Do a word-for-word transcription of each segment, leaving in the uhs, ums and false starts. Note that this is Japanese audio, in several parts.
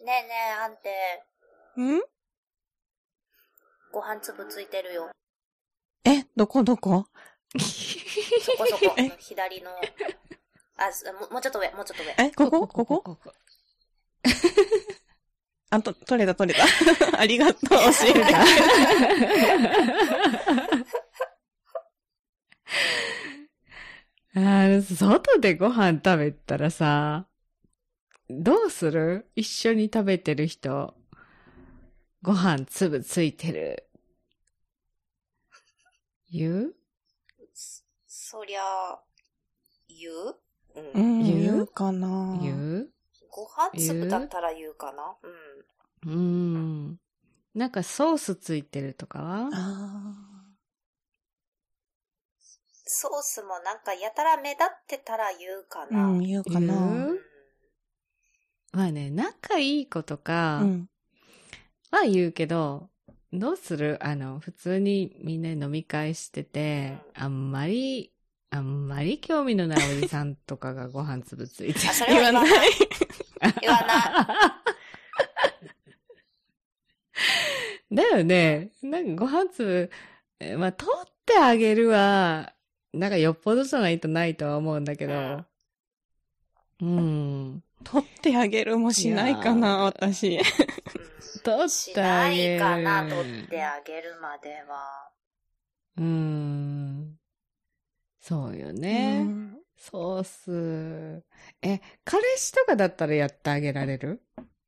ねえねえ、あんて。 ん？ ご飯粒ついてるよ。 え、どこどこ？ そこそこ、左の。あ、も、もうちょっと上、もうちょっと上。 え、ここここここあ、と、取れた取れた。ありがとう、教えて。 あー、外でご飯食べたらさ、どうする？一緒に食べてる人、ご飯粒ついてる。言う？ そりゃ、言う？ うん、 言う？ 言うかな。 言う？ ご飯粒だったら言うかな。 うん。うん。なんかソースついてるとかは？ あソースもなんかやたら目立ってたら言うかな。 うん、言うかな。 言う？まあね、仲いい子とかは言うけど、うん、どうする？あの、普通にみんな飲み会してて、うん、あんまり、あんまり興味のないおじさんとかがご飯粒ついてる。 あ、それは言わない。言わない。 だよね。なんかご飯粒、まあ、取ってあげるは、なんかよっぽどじゃないとないとは思うんだけど。うん。うん取ってあげるもしないかな、私。 取ってあげる。 しないかな、取ってあげるまでは。 うーん。そうよね。うん、ソース。え、彼氏とかだったらやってあげられる？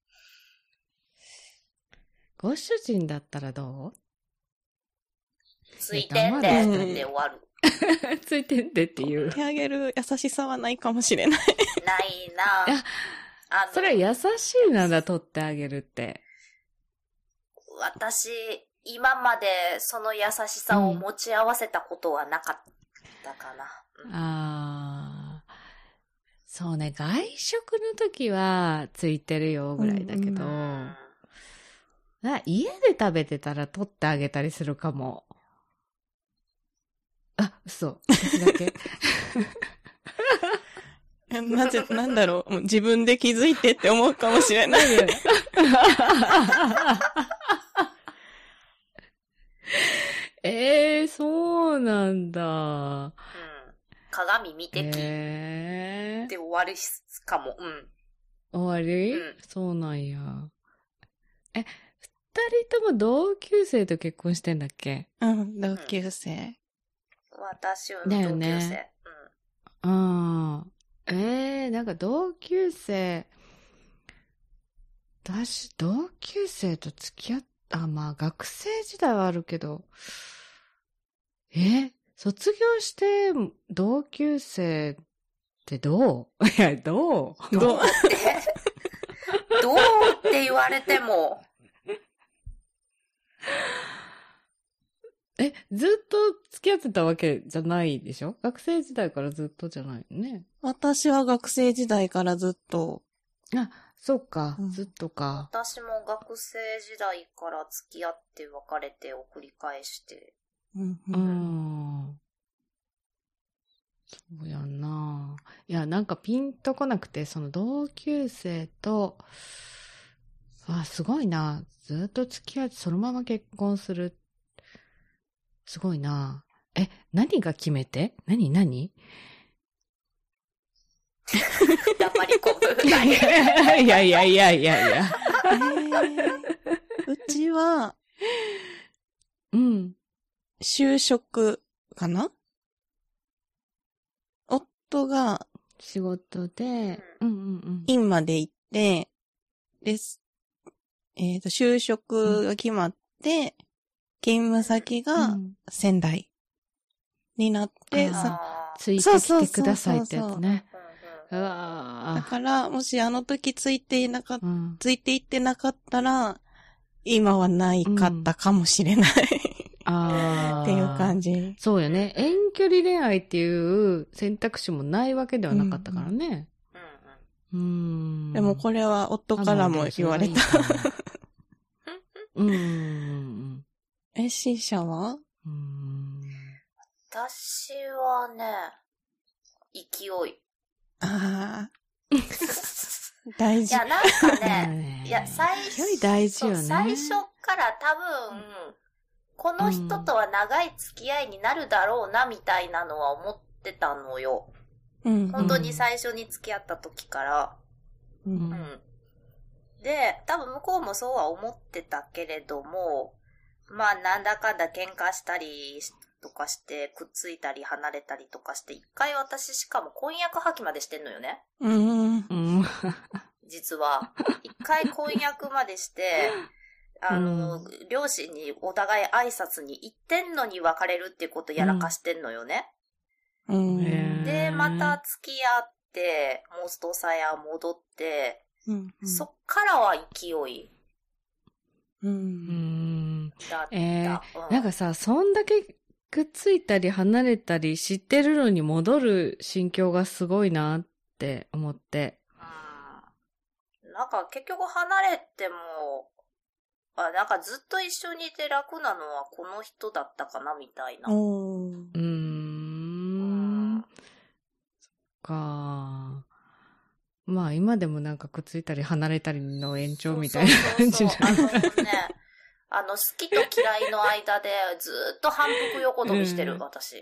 ご主人だったらどう？ ついてんでって終わる。 ついてんでっていう。 手あげる優しさはないかもしれない。 ないな。 あそれは優しいなんだ、取ってあげるって。 私、今までその優しさを持ち合わせたことはなかったかな。 うん、ああ。そうね、外食の時はついてるよぐらいだけど、うんうん、家で食べてたら取ってあげたりするかも。あ、嘘。私だけ。 なぜ、なんだろう。自分で気づいてって思うかもしれない。 えー、そうなんだ。うん。 鏡見てき。えー、で終わりかも。うん。 終わり？うん。そうなんや。え、二人とも同級生と結婚してんだっけ？ うん、同級生。うん、 私は同級生。ね、 うん。ああ。えー、なんか同級生、私、同級生と付き合っ、あ、まあ学生時代はあるけど、え、卒業して同級生ってどう？いや、どう？ どうってどうって言われても。 え、ずっと付き合ってたわけじゃないでしょ？学生時代からずっとじゃないね。 私は学生時代からずっと。 あ、そうか、うん、ずっとか。 私も学生時代から付き合って別れてを繰り返して。 うんうん。うん。そうやんな。いや、なんかピンとこなくて、その同級生と、あ、すごいな。ずっと付き合ってそのまま結婚する。すごいな。え、何が決めて？何何？ 黙り込む。 いやいやいやいやいや。えー、うちは、 うん。 就職かな？夫が、 仕事で、うんうんうん。 院まで行って、です。えっと、就職が決まって、うん、勤務先が仙台になって、 うん、さ、ついてきてくださいってやつね。うわだから、もしあの時ついていなかった、うん、ついていってなかったら、今はないかったかもしれない、うん、あっていう感じ。 そうよね。遠距離恋愛っていう選択肢もないわけではなかったからね。うん。うん、 でもこれは夫からも言われた。 うん。 え、C 社は？ うーん、私はね、勢い。 ああ。 大事。 いや、なんかね、いや、最初、 距離大事よね。 最初から多分、この人とは長い付き合いになるだろうな、みたいなのは思ってたのよ。うん、本当に最初に付き合った時から。うん。うん、で、多分向こうもそうは思ってたけれども、まあ、なんだかんだ喧嘩したりとかして、くっついたり離れたりとかして、一回私しかも婚約破棄までしてんのよね。うん。実は。一回婚約までして、あの、うん、両親にお互い挨拶に行ってんのに別れるっていうことやらかしてんのよね。うん、で、また付き合って、モストサヤ戻って、うんうん、そっからは勢い。 うん。だった。えーうん、なんかさ、そんだけくっついたり離れたり知ってるのに戻る心境がすごいなって思って。 うん。なんか結局離れても、あ、なんかずっと一緒にいて楽なのはこの人だったかなみたいな。うーん。 そっか。まあ今でもなんかくっついたり離れたりの延長みたいな感じ。そうそうそう。あのね、 あの好きと嫌いの間でずっと反復横跳びしてる、うん、私。うん、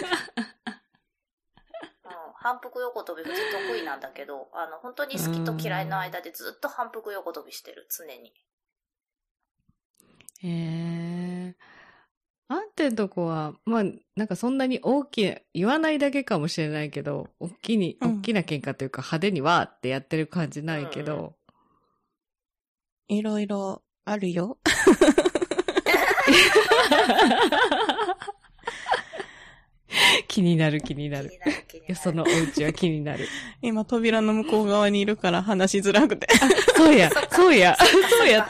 反復横跳び普通得意なんだけど、あの本当に好きと嫌いの間でずっと反復横跳びしてる、常に。 へえ。あんてんとこは、まあ、なんかそんなに大きい、言わないだけかもしれないけど、大きに、うん、大きな喧嘩というか派手にわーってやってる感じないけど。 うん、いろいろあるよ。 気になる気になる。気になる気になる。そのお家は気になる。 今扉の向こう側にいるから話しづらくて。 そうや、そうや、そうやった。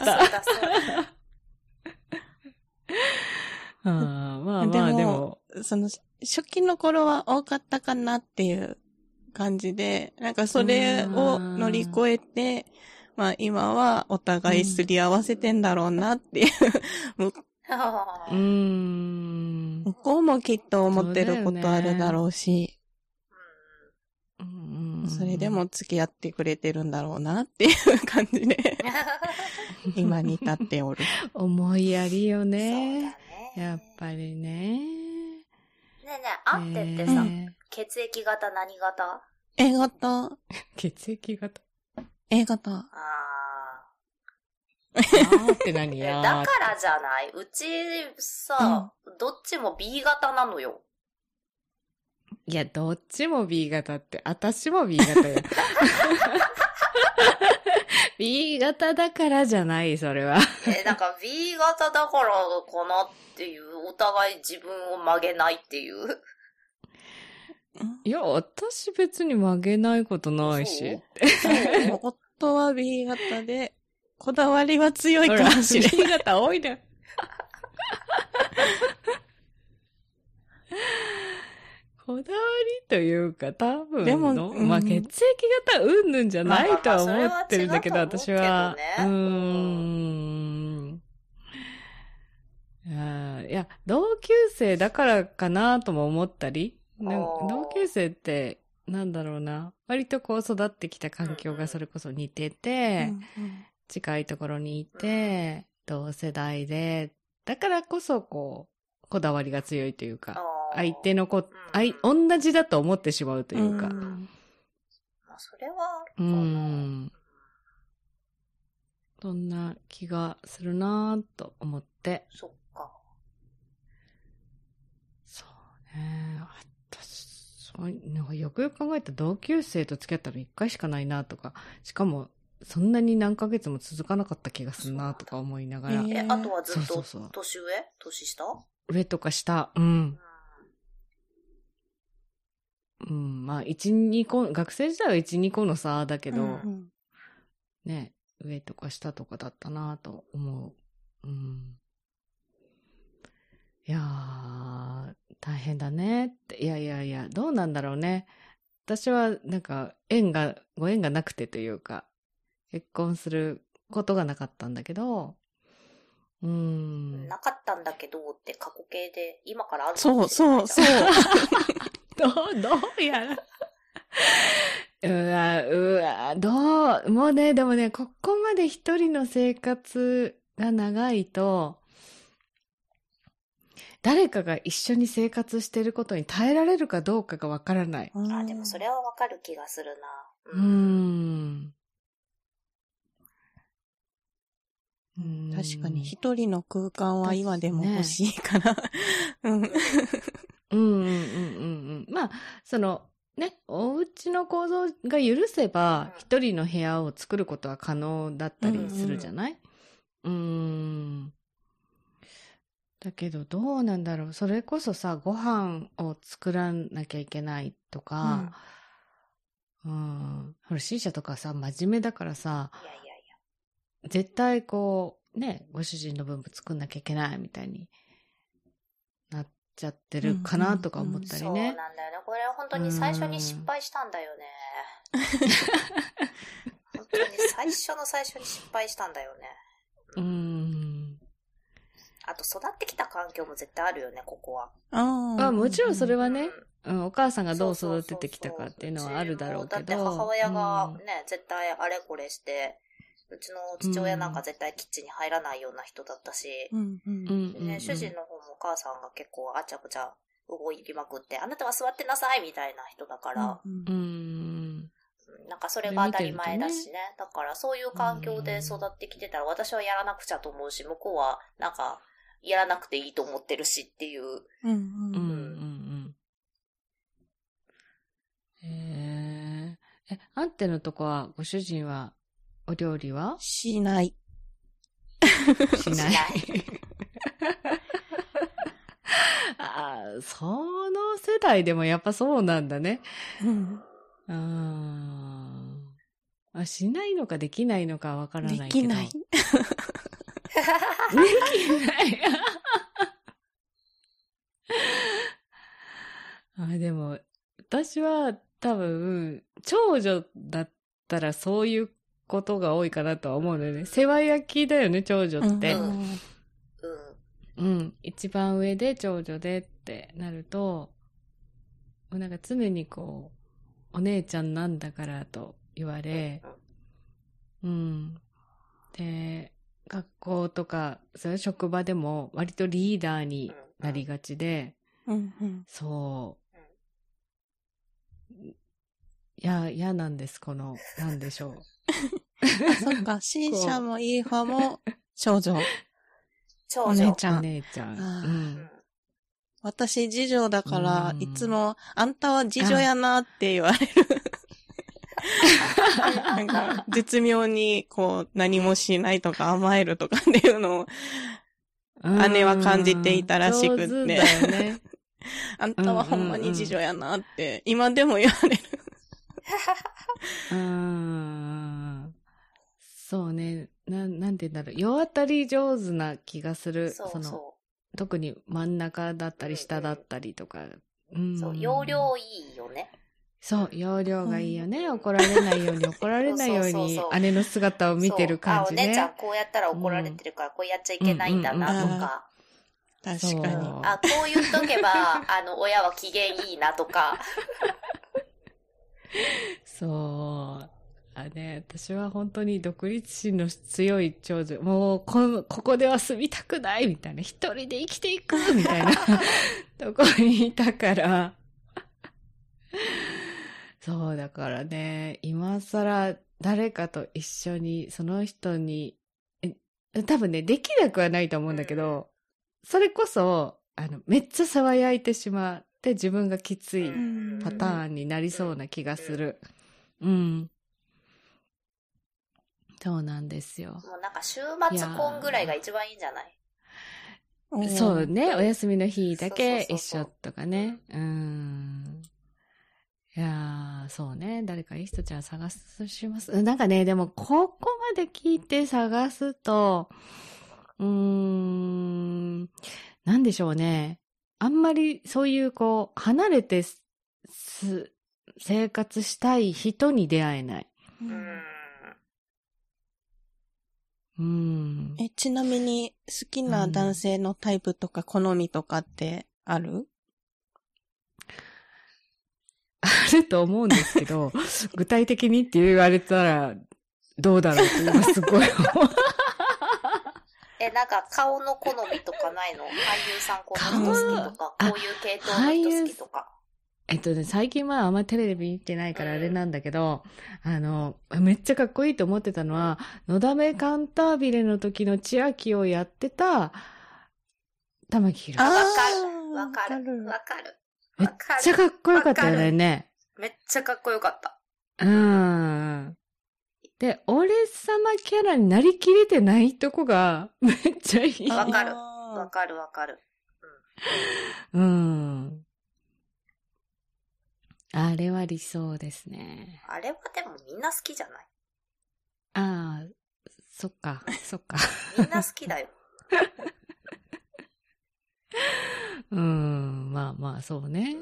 あまあまあでも、でもその初期の頃は多かったかなっていう感じで、なんかそれを乗り越えて、まあ今はお互いすり合わせてんだろうなっていう、うーん、向こうもきっと思ってることあるだろうし、そ, う、ね、うんそれでも付き合ってくれてるんだろうなっていう感じで、今に至っておる。 思いやりよね。やっぱりね。 ねえねえ、あってってさ、えー、血液型何型？ A 型。 血液型 ?A 型。 あー。あーって何やだからじゃない。うちさ、うん、どっちも B 型なのよ。 いや、どっちも B 型って、私も B 型よ。B 型だからじゃない、それは。 え、なんか B 型だからかなっていう、お互い自分を曲げないっていう。 いや、私別に曲げないことないし。 夫は B 型で、こだわりは強いかもしれない。 B 型多いね。こだわりというか、多分でも、うん、まあ血液型うんぬんじゃないとは思ってるんだけど、まあまあ私は。うーん。いや、同級生だからかなとも思ったり、同級生って、なんだろうな、割とこう育ってきた環境がそれこそ似てて、うんうん、近いところにいて、同世代で、だからこそこう、こだわりが強いというか、相手のこ、うん、同じだと思ってしまうというか。うん、 まあ、それは、 うん。そんな気がするなぁと思って。 そっか。 そうね。私、なんかよくよく考えたら同級生と付き合ったら一回しかないなとか、しかも、そんなに何ヶ月も続かなかった気がするなとか思いながら。 え、あとはずっと年上？年下？ 上とか下。うん。うん、まあ、一、二個、学生時代は一、二個の差だけど、うん、ね、上とか下とかだったなと思う。うん。いやー、大変だねって。いやいやいや、どうなんだろうね。私は、なんか、縁が、ご縁がなくてというか、結婚することがなかったんだけど、うーん。 なかったんだけどって過去形で、今からあるそうそうそう。 どう、どうやら。 うわ、うわ、どう、もうね、でもね、ここまで一人の生活が長いと、誰かが一緒に生活してることに耐えられるかどうかがわからない。 あ、でもそれはわかる気がするな。うーん。 うん、確かに一人の空間は今でも欲しいから。うん。うんうんうんうんうん。まあ、その、ね、お家の構造が許せば、一人の部屋を作ることは可能だったりするじゃない？うん、うん、うーん。だけど、どうなんだろう。それこそさ、ご飯を作らなきゃいけないとか、うん。うん、ほら、C 社とかさ、真面目だからさ、 いやいやいや絶対こう、ね、ご主人の分も作んなきゃいけないみたいになっちゃってるかなとか思ったりね。うんうんうん、 そうなんだよね。これは本当に最初に失敗したんだよね。本当に最初の最初に失敗したんだよね。 うーん。 あと育ってきた環境も絶対あるよね、ここは。 ああ、もちろんそれはね、うん、お母さんがどう育ててきたかっていうのはあるだろうけど。 だって母親がね、うん、絶対あれこれして、うちの父親なんか絶対キッチンに入らないような人だったし、うんうんね、主人の方もお母さんが結構あちゃこちゃ動いてまくって、あなたは座ってなさいみたいな人だから、うんうん、なんかそれが当たり前だしね。だからそういう環境で育ってきてたら私はやらなくちゃと思うし、向こうはなんかやらなくていいと思ってるしっていう。うんうんうん。 へえ。え、あんてのとこはご主人はお料理はしない。 しない。ああ、その世代でもやっぱそうなんだね。うん。ああ。しないのかできないのかわからないけど。 できない。できない。あ、でも、私は多分、長女だったらそういうことが多いかなとは思うのよね。世話焼きだよね、長女って。うん。うん。うん、一番上で長女でってなると、なんか常にこう、お姉ちゃんなんだからと言われ、うん。で、学校とか、それ職場でも割とリーダーになりがちで、うんうん、そう。いや、嫌なんです、この、なんでしょう。 あ、そっか、C 社もいい派も、長女。 長女。 お姉ちゃん。 お姉ちゃん。うん、 私、次女だから、いつも、あんたは次女やなって言われる。なんか、絶妙に、こう、何もしないとか甘えるとかっていうのを、姉は感じていたらしくって。 上手だよね。 あんたはほんまに次女やなって、今でも言われる。 うーん。そうね。な、なんて言うんだろう。世当たり上手な気がする。そうそう。その、特に真ん中だったり下だったりとか。 うん、そう、容量いいよね。 そう、容量がいいよね。うん、怒られないように、怒られないように、姉の姿を見てる感じね。 あ、お姉ちゃんこうやったら怒られてるから、こうやっちゃいけないんだなとか。 確かに。 あ、こう言っとけば、あの、親は機嫌いいなとか。 そう。あね、私は本当に独立心の強い長女、もうこ、ここでは住みたくないみたいな、一人で生きていくみたいなとこにいたから。そう、だからね、今更誰かと一緒に、その人に、え、多分ね、できなくはないと思うんだけど、それこそ、あの、めっちゃ騒やいてしまって自分がきついパターンになりそうな気がする。うん。そうなんですよ。 もうなんか週末婚ぐらいが一番いいんじゃない？ そうね、お休みの日だけ一緒とかね。うん。いやー、そうね。誰かいい人じゃあ探すします。なんかね、でもここまで聞いて探すと、うーん、なんでしょうね。あんまりそういうこう、離れてす、生活したい人に出会えない。うんうん、 え、ちなみに好きな男性のタイプとか好みとかってある？ あると思うんですけど、具体的にって言われたら、どうだろうって今すごい思う。 え、なんか顔の好みとかないの？俳優さんこの人好きとか、こういう系統の人好きとか。 えっとね、最近はあんまテレビ見てないからあれなんだけど、うん、あの、めっちゃかっこいいと思ってたのは、のだめカンタービレの時の千秋をやってた、玉木宏。 あ、わかる。わかる。わかる。 めっちゃかっこよかったよね。 めっちゃかっこよかった。 うん。で、俺様キャラになりきれてないとこが、めっちゃいい。 わかる。わかるわかる。 うん。うんあれは理想ですね。 あれはでもみんな好きじゃない？ ああ、そっか、そっか。 みんな好きだよ。 うん、まあまあ、そうね。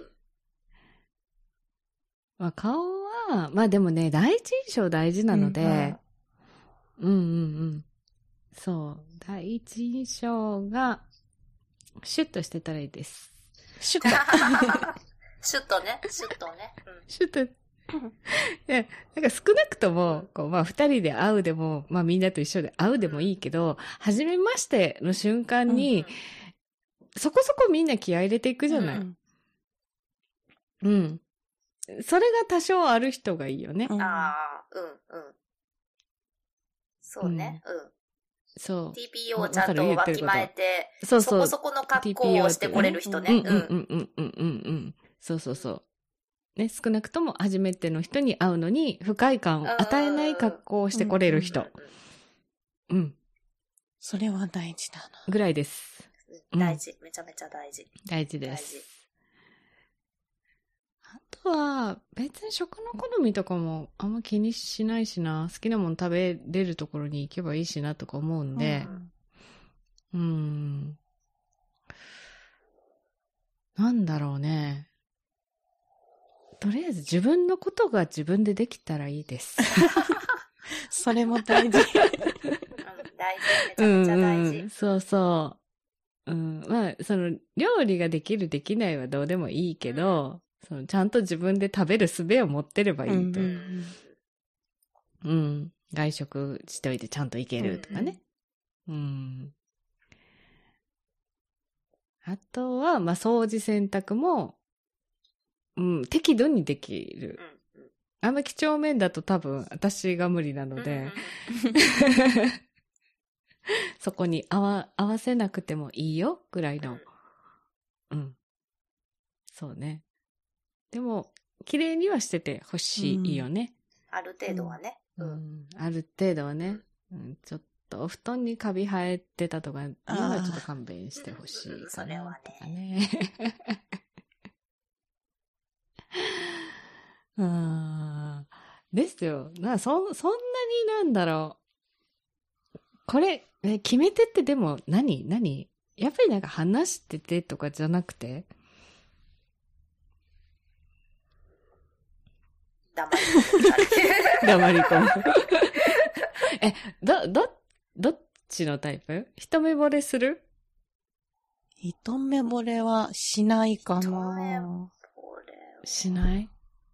まあ顔は、まあでもね、第一印象大事なので、うん、うん、うんうんそう、第一印象が、シュッとしてたらいいです。 シュッと。 シュッとね、シュッとね。 うん、シュッと。いや、なんか少なくとも、こう、まあ二人で会うでも、まあみんなと一緒で会うでもいいけど、初めましての瞬間に、うんうん、そこそこみんな気合い入れていくじゃない。うん。うん、それが多少ある人がいいよね。 うん、ああ、うん、うん。そうね、うん。うん、 そう。 ティーピーオー ちゃんとわきまえて、そうそうそこそこの格好をしてこれる人ね。 うん、うん、うん、うん、うん、うん。そうそうそう。ね、少なくとも初めての人に会うのに不快感を与えない格好をしてこれる人。うん。 それは大事だな。 ぐらいです。 大事、うん。めちゃめちゃ大事。 大事です。あとは、別に食の好みとかもあんま気にしないしな。好きなもの食べれるところに行けばいいしなとか思うんで。うん。うーんなんだろうね。とりあえず自分のことが自分でできたらいいです。 それも大事。 大事。めちゃめちゃ大事。 うんうん、そうそう。うん。まあ、その、料理ができるできないはどうでもいいけど、うん、そのちゃんと自分で食べる術を持ってればいいと。うん、うん。外食しといてちゃんといけるとかね。うん、うん。あとは、まあ、掃除洗濯も、うん、適度にできる。うんうん、あんま几帳面だと多分私が無理なので、そこに合わ、合わせなくてもいいよぐらいの。うん。そうね。でも、綺麗にはしててほしいよね、 うん。ある程度はね。 うん。うん、ある程度はね、うん。ちょっとお布団にカビ生えてたとかにはちょっと勘弁してほしいかなとかね。それはね。うん。ですよ。な、そ、そんなになんだろう。これ、え、決めてってでも何何やっぱりなんか話しててとかじゃなくて黙り込む。 黙り込む。え、ど、ど、どっちのタイプ？一目惚れする？ 一目惚れはしないかな。 一目惚れしない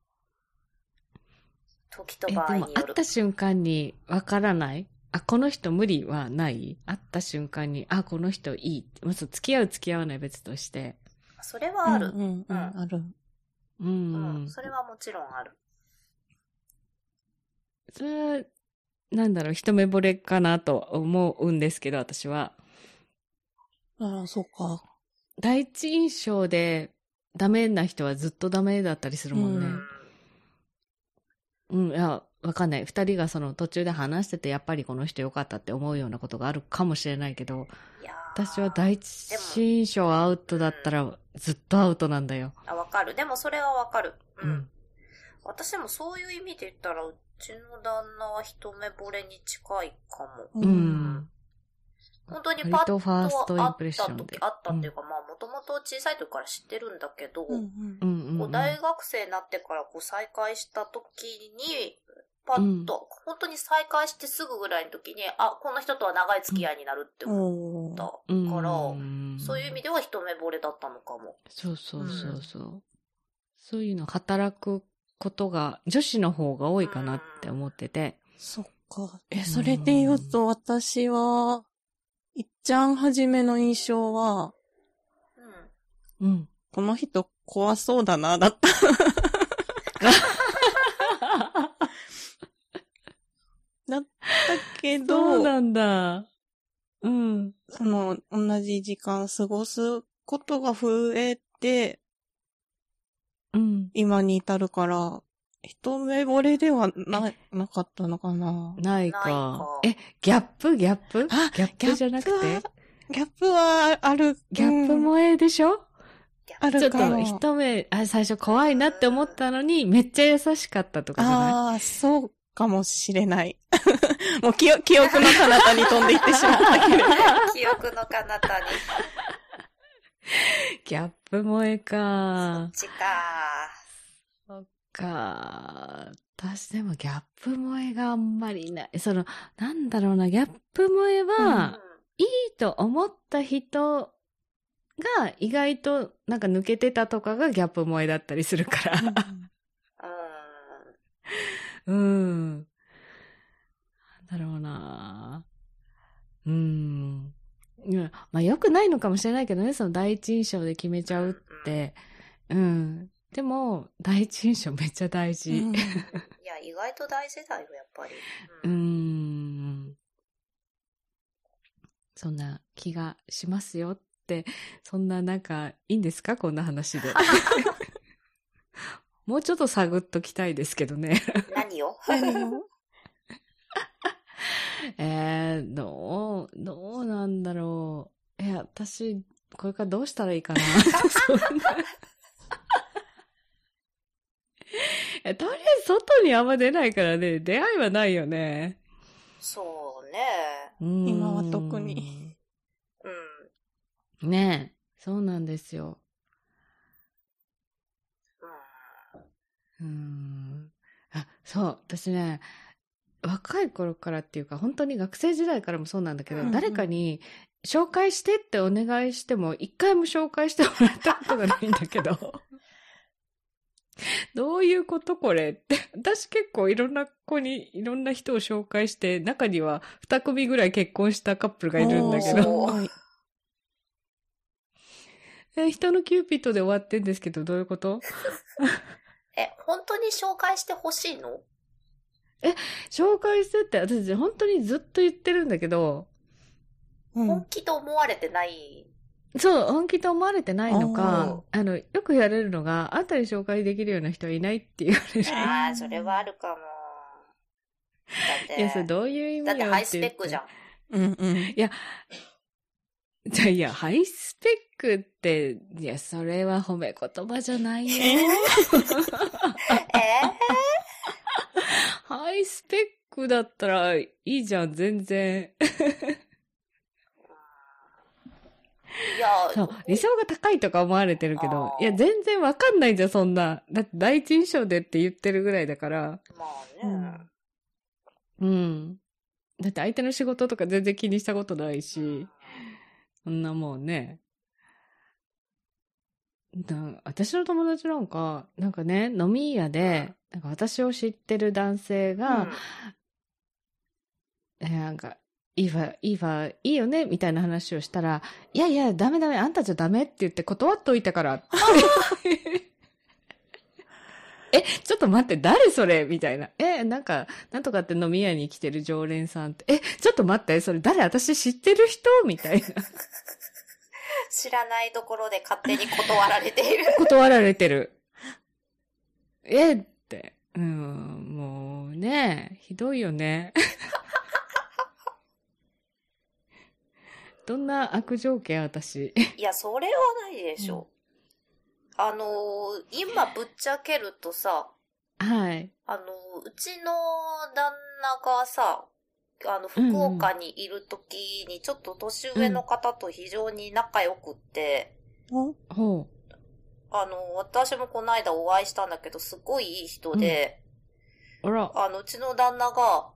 時と場合による。 え、でも会った瞬間にわからないあ、この人無理はない会った瞬間に、あ、この人いい。まず付き合う付き合わない別として。 それはある。 うんうん、うん、ある。 うん、 うん。それはもちろんある。 それは、なんだろう、一目惚れかなと思うんですけど、私は。 ああ、そうか。 第一印象でダメな人はずっとダメだったりするもんね。うん、うん、いや、わかんない。二人がその途中で話してて、やっぱりこの人良かったって思うようなことがあるかもしれないけど、いや私は第一印象アウトだったらずっとアウトなんだよ。 あ、わかる。でもそれはわかる。うん。うん、私もそういう意味で言ったら、うちの旦那は一目惚れに近いかも。うん。本当にパッと会った時、あったっていうか、うん、まあもともと小さい時から知ってるんだけど、うんうん、こう大学生になってからこう再会した時に、パッと、うん、本当に再会してすぐぐらいの時に、あ、この人とは長い付き合いになるって思ったから、うん、そういう意味では一目惚れだったのかも。 そうそうそうそう。うん、そういうの働くことが、女子の方が多いかなって思ってて。 そっか。え、それで言うと私は、いっちゃんはじめの印象は、 うん。 この人怖そうだな、だった。だったけど、 そうなんだ。うん。 その、同じ時間過ごすことが増えて、 うん。 今に至るから、一目惚れではな、なかったのかな。 ないか。ないかえ、ギャップギャップあ、 ギャップじゃなくてギャップはある。 ギャップ萌えでしょ、うん、 あるかも。 ちょっと一目、あ、最初怖いなって思ったのに、めっちゃ優しかったとかじゃない？ ああ、そうかもしれない。もう記憶、記憶の彼方に飛んでいってしまったけれど。 記憶の彼方に。 ギャップ萌えか。 そっちか。 そっか。私でもギャップ萌えがあんまりない。その、なんだろうな、ギャップ萌えは、うん、いいと思った人が意外となんか抜けてたとかがギャップ萌えだったりするから。うん。うん。なんだろうな。うん。いや、まあ良くないのかもしれないけどね、その第一印象で決めちゃうって。うん。でも、第一印象めっちゃ大事。うん、いや、意外と大事だよ、やっぱり。 うん、うーん。そんな気がしますよって、そんななんか、いいんですかこんな話で。もうちょっと探っときたいですけどね。 何をえー、どう、どうなんだろう。え、私、これからどうしたらいいかな。そんなとりあえず外にあんま出ないからね、出会いはないよね。 そうね。 今は特に。 うん。 ねえ、そうなんですよ。うん。うーん。あ、そう、私ね、若い頃からっていうか、本当に学生時代からもそうなんだけど、うんうん、誰かに紹介してってお願いしても、一回も紹介してもらったことがないんだけど。どういうことこれって。私結構いろんな子にいろんな人を紹介して、中には二組ぐらい結婚したカップルがいるんだけど。え、人のキューピッドで終わってんですけど、どういうことえ、本当に紹介してほしいの？ え、紹介してって私本当にずっと言ってるんだけど。 うん、本気と思われてない。 そう、本気と思われてないのか、あの、よく言われるのが、あんたに紹介できるような人はいないって言われる。 ああ、それはあるかも。だって。いや、それどういう意味よってだってハイスペックじゃん。 うんうん。いや、じゃあ、いや、ハイスペックって、いや、それは褒め言葉じゃないよ。えー、 ハイスペックだったらいいじゃん、全然。 いや、 そう、理想が高いとか思われてるけど、いや、全然わかんないじゃん、そんな。だって第一印象でって言ってるぐらいだから。 まあね。 うん。うん。だって相手の仕事とか全然気にしたことないし、そんなもんね。だ私の友達なんか、なんかね、飲み屋で、なんか私を知ってる男性が、うん、なんか、いいわ、いいわ、いいよねみたいな話をしたら、いやいや、ダメダメ、あんたじゃダメって言って断っといたから。え、ちょっと待って、誰それみたいな。え、なんか、なんとかって飲み屋に来てる常連さんって。え、ちょっと待って、それ誰私知ってる人みたいな。 知らないところで勝手に断られている。 断られてる。えって。うん、もうね、ひどいよね。どんな悪条件私。 いや、それはないでしょ。うん、あのー、今ぶっちゃけるとさ、 はい。 あのー、うちの旦那がさ、あの、福岡にいるときにちょっと年上の方と非常に仲良くって、 うん、ほう。 あの、私もこの間お会いしたんだけど、すごいいい人で、 うん、あら。 あの、うちの旦那が、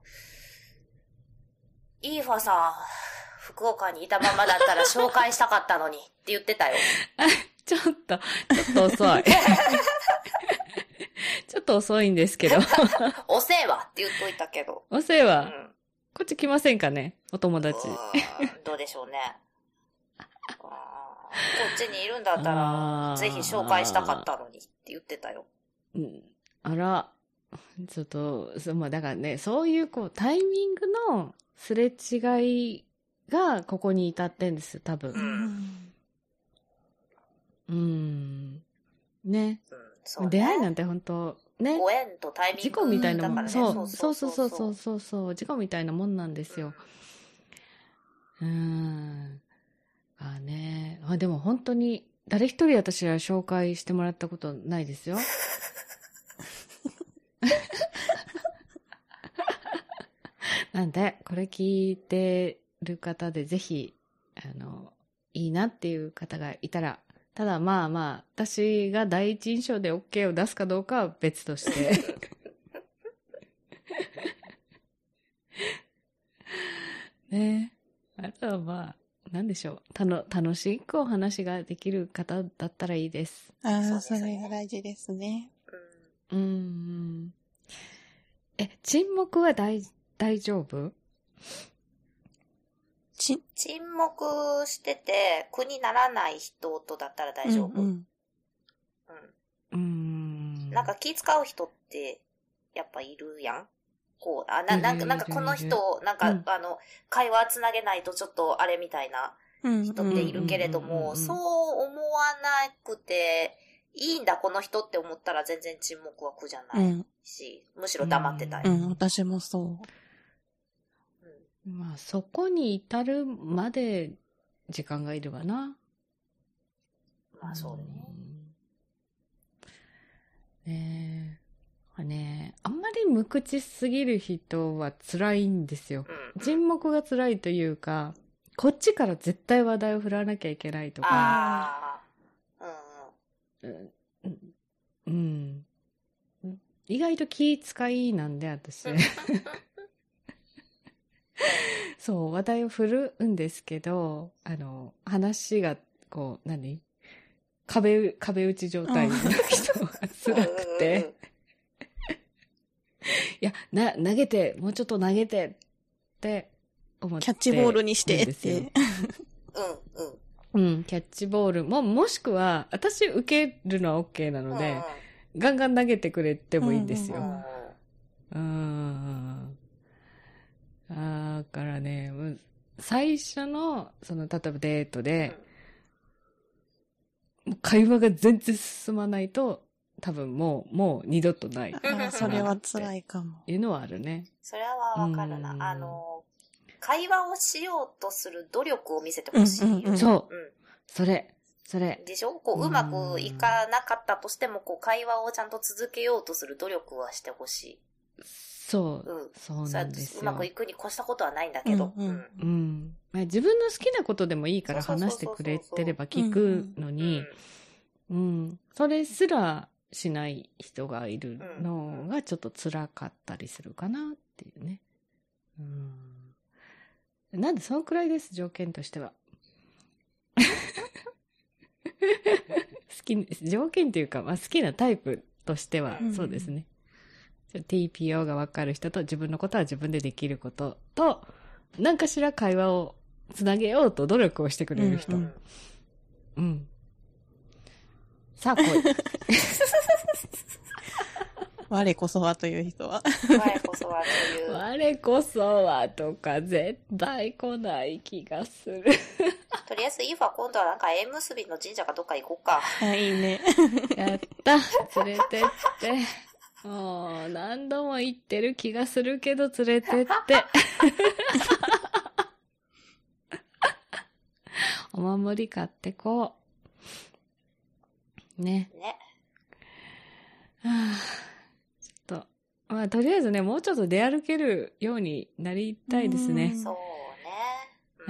イーファさん、福岡にいたままだったら紹介したかったのにって言ってたよ。 ちょっと、ちょっと遅い。ちょっと遅いんですけど。 遅えわって言っといたけど。 遅えわ。 うん、 こっち来ませんかね、お友達。 どうでしょうね。こっちにいるんだったら、ぜひ紹介したかったのにって言ってたよ。 うん、あら、ちょっと、そまあ、だからね、そういうこう、タイミングのすれ違いがここに至ってんですよ、多分。うん。うん。ね。うん、そうね。出会いなんて本当ね。 ご縁とタイミング事故みたいなもん、 ね、 そうそうそうそうそうそうそう、事故みたいなもんなんですよ。うん。うーん。あね。あ、でも本当に、誰一人私は紹介してもらったことないですよ。なんで、これ聞いてる方でぜひ、あの、いいなっていう方がいたら、ただまあまあ、私が第一印象で OK を出すかどうかは別として。ねえ。あとはまあ、なんでしょう。たの、楽しくお話ができる方だったらいいです。 ああ、それが大事ですね。 うん。うん。え、沈黙は大、大丈夫？ ち、沈黙してて苦にならない人とだったら大丈夫。うん、うん。うん。なんか気使う人ってやっぱいるやん。こう、あ、な、なんか、なんかこの人、なんか、うん、あの、会話つなげないとちょっとあれみたいな人っているけれども、そう思わなくていいんだこの人って思ったら全然沈黙は苦じゃないし、うん、むしろ黙ってたい。 うん、私もそう。 まあ、そこに至るまで時間がいるわな。 まあ、そうね。ねえ。ねえ。あんまり無口すぎる人は辛いんですよ。うん、沈黙が辛いというか、こっちから絶対話題を振らなきゃいけないとか。ああ。うん。うん。うん。意外と気遣いなんで、私。そう、話題を振るんですけど、あの、話が、こう、何壁、壁打ち状態の人は辛くて。いや、な、投げて、もうちょっと投げてって思って。 キャッチボールにしてって。 うん、 うん。うん、キャッチボールも、もしくは、私受けるのは OK なので、うん、ガンガン投げてくれてもいいんですよ。うん。うんだからね、最初の、その、例えばデートで、うん、もう会話が全然進まないと、多分もう、もう二度とない。 あそれは辛いかも。 いうのはあるね。 それはわかるな。あの、会話をしようとする努力を見せてほしい、うんうんうん。 そう。うん、それ。それ。 でしょこう、うまくいかなかったとしても、こう、会話をちゃんと続けようとする努力はしてほしい。 そう、うん。そうなんですよ。 うまくいくに越したことはないんだけど。うん。うんうんまあ、自分の好きなことでもいいから話してくれてれば聞くのに、うん。それすらしない人がいるのがちょっと辛かったりするかなっていうね。うん。なんでそのくらいです、条件としては。好き、条件っていうか、まあ、好きなタイプとしては、そうですね。ティーピーオー が分かる人と自分のことは自分でできることと何かしら会話をつなげようと努力をしてくれる人。うん、うんうん。さあ来い。 我こそはという人は。 我こそはという。 我こそはとか絶対来ない気がする。 とりあえずイーファ今度はなんか縁結びの神社かどっか行こうか。 あ、いいね。 やった。連れてって。もう何度も言ってる気がするけど連れてって。お守り買ってこう。ね。 ね。 はあ、ちょっと、まあとりあえずね、もうちょっと出歩けるようになりたいですね。 うそうね。うん。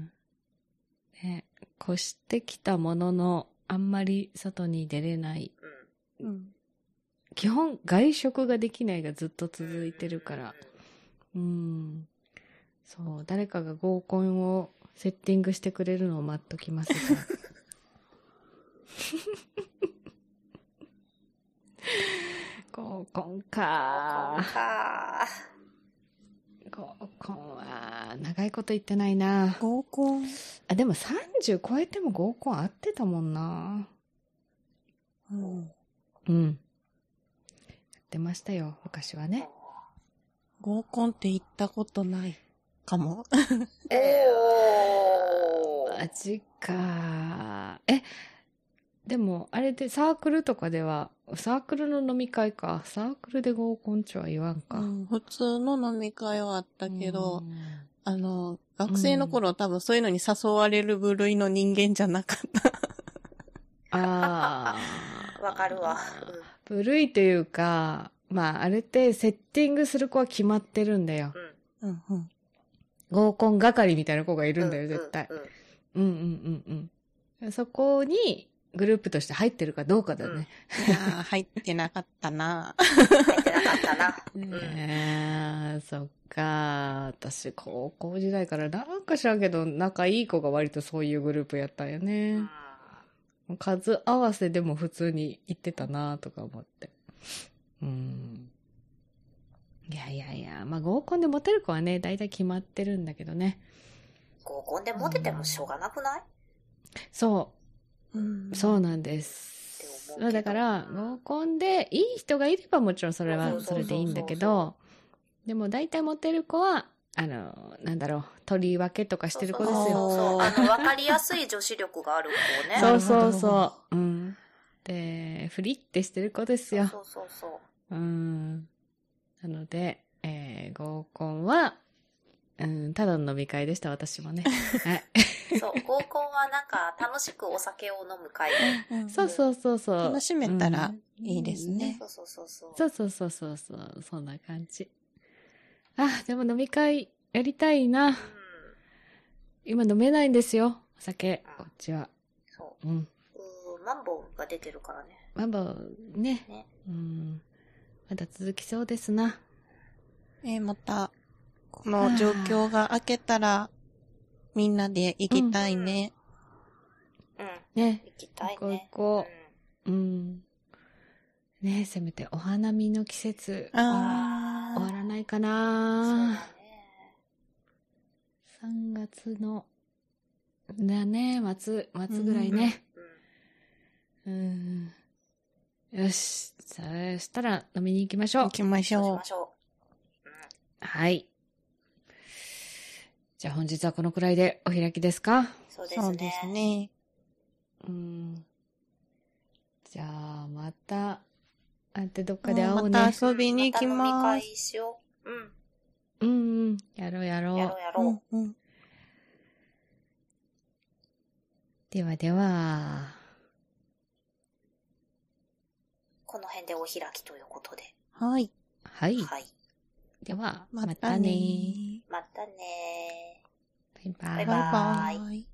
ね。越してきたものの、あんまり外に出れない。うん。うん基本外食ができないがずっと続いてるから。うん。そう、誰かが合コンをセッティングしてくれるのを待っときますから。 合コンか。 合コンか。 合コンは、長いこと言ってないな。 合コンあ、でもさんじゅう超えても合コン会ってたもんな。 うん。 うん。やってましたよ、昔はね。 合コンって行ったことないかも。 えー、マジか。え、でも、あれでサークルとかでは、サークルの飲み会か。サークルで合コンちは言わんか。 うん、普通の飲み会はあったけど、あの、学生の頃、うん、多分そういうのに誘われる部類の人間じゃなかった。 ああ。わかるわ。 うん、部類というか、まあ、あれってセッティングする子は決まってるんだよ。 うん。うん。 合コン係みたいな子がいるんだよ、 うん、 絶対。 うん、うん。 うんうんうん。そこに、グループとして入ってるかどうかだね。うん、 いやー、入ってなかったな。 入ってなかったな。 うん、えー、そっか。私、高校時代からなんか知らんけど、仲いい子が割とそういうグループやったんよね。うん、数合わせでも普通に行ってたなとか思って。うん。いやいやいや、まあ合コンでモテる子はね、大体決まってるんだけどね。 合コンでモテてもしょうがなくない？ そう。 うん、 そうなんです。だから、合コンでいい人がいればもちろんそれはそれでいいんだけど、でも大体モテる子は、あの、なんだろう、取り分けとかしてる子ですよ。 そうそうそう。あの、わかりやすい女子力がある子ね。 そうそうそう。うん。で、フリってしてる子ですよ。 そうそうそう。 うん。なので、えー、合コンは、うん、ただの飲み会でした、私もね。はい。 そう、合コンはなんか楽しくお酒を飲む会で、 うん。そうそうそうそう。 楽しめたらいいですね。 うん、そうそうそうそう。そうそうそうそうそう。そんな感じ。あ、でも飲み会やりたいな。うん、今飲めないんですよ、お酒、こっちは。 そう。 うん。 うー、マンボウが出てるからね。 マンボウね。ね。うん。まだ続きそうですな。 えー、また、この状況が明けたら、みんなで行きたいね。 うん。うん、 ね。 行きたいね。 行こう行こう。うん。うん、ね、せめてお花見の季節、あ終わらないかな。そうだね。さんがつの、だね、末、末ぐらいね。うん。うんよし。そしたら飲みに行きましょう。 行きましょう。 行きましょう。うん、 はい。じゃあ本日はこのくらいでお開きですか？ そうですね。そうですね。 うん。じゃあまた、あってどっかで会おうね。 また遊びに行きます。また飲み会しよう。うん。 うんうん。やろうやろう。 やろうやろう。うんうん、 ではでは。 この辺でお開きということで。 はい。 はい。 はい。 では、 またね。 またね。 バイバイ。 バイバイ。 バイバイ。